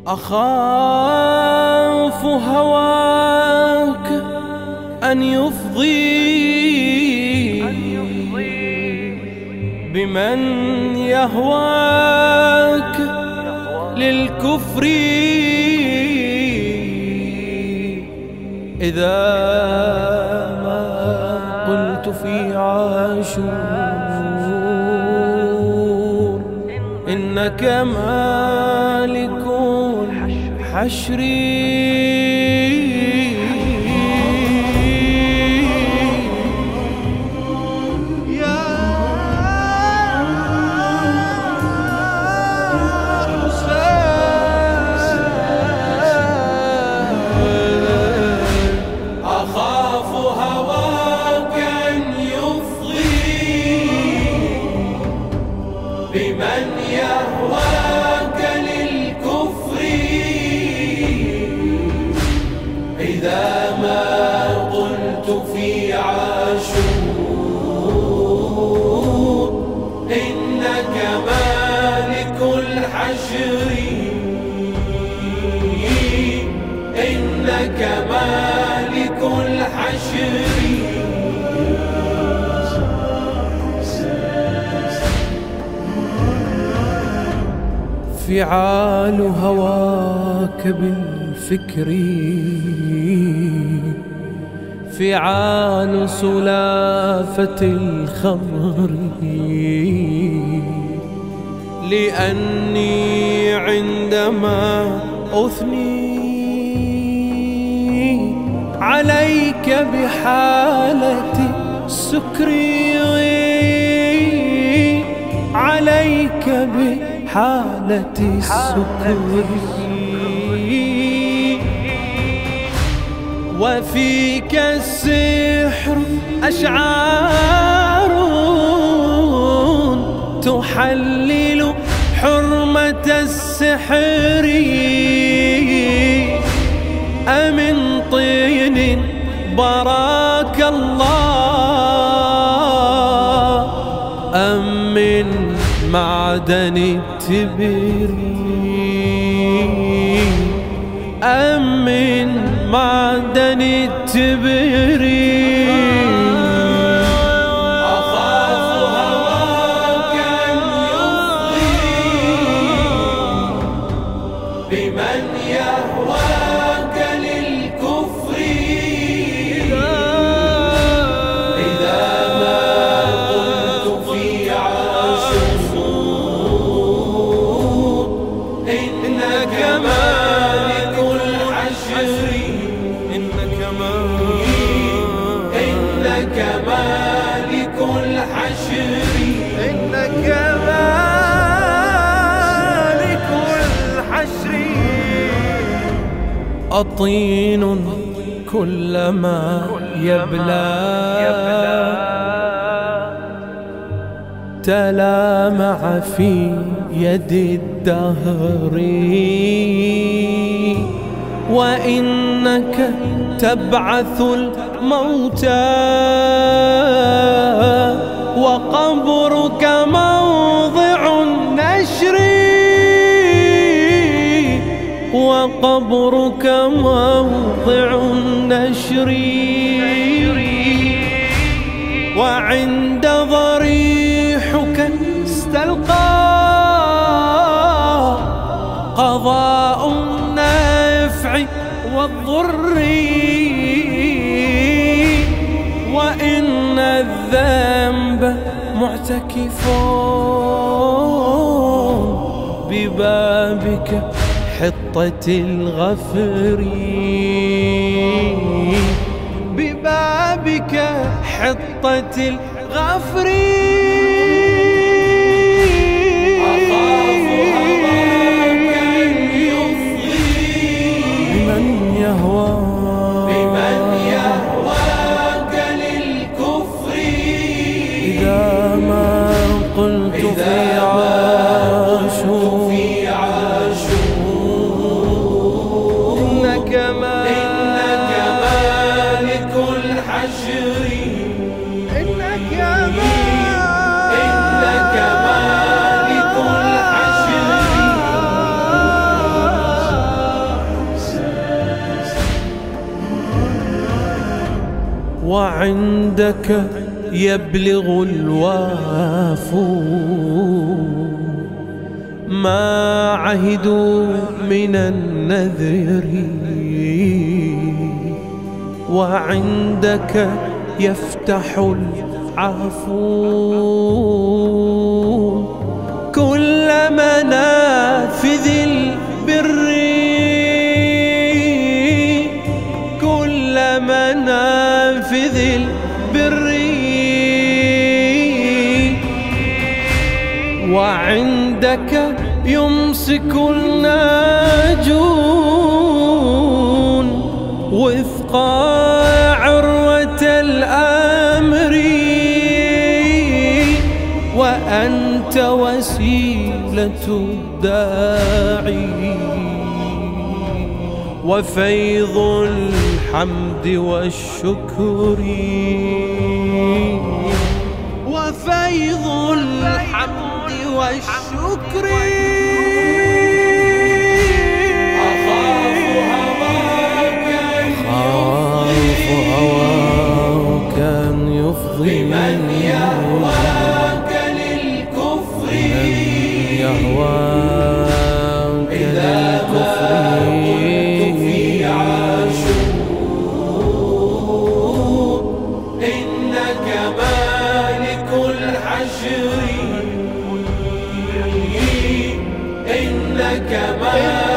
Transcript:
أخاف هواك أن يفضي بمن يهواك للكفر إذا ما قلت في عاشور إنك مالك الحشر. بمن يهواك للكفر إذا ما قلت في عاشور إنك مالك الحشر. إنك مالك الحشر. فعال هواك بالفكر فعال سلافة الخمر لأني عندما أثني عليك بحالة السكر عليك بحالة السكر وفيك السحر أشعار تحلل حرمة السحر أمن طين بارك الله أم من معدن التبر أم من معدن التبر. أخاف هواك أن يفضي بمن يهواك للكفر إذا ما قلت في عاشور إنك مالك الحشر. إنك مالك الحشر. إنك مالك الحشر. أطين كلما يبلى تلامع في يد الدهر وإنك تبعث الموتى وقبرك موضع النشر وقبرك موضع النشر وعند ضريحك استلقى قضاء النفع والضر وإن الذنب معتكف ببابك حطة الغفر ببابك حطة الغفر. أخاف هواك أن يفضي بمن يهواك للكفر إذا ما قلت في عاشور إنك مالك الحشر. إنك مالك الحشر. وعندك يبلغ الوافو ما عهدوا من النذر، وعندك يفتح العفو كل منافذ البر، كل منافذ البر، وعندك يمسك الناجون وفق عروة الأمر، وأنت وسيلة الداعي وفيض الحمد والشكر، وفيض الحمد والشكر. أخاف هواك أن يفضي بمن يهواك للكفر، يهواك إذا ما قلت في عاشور إنك مالك الحشر، إنك مالك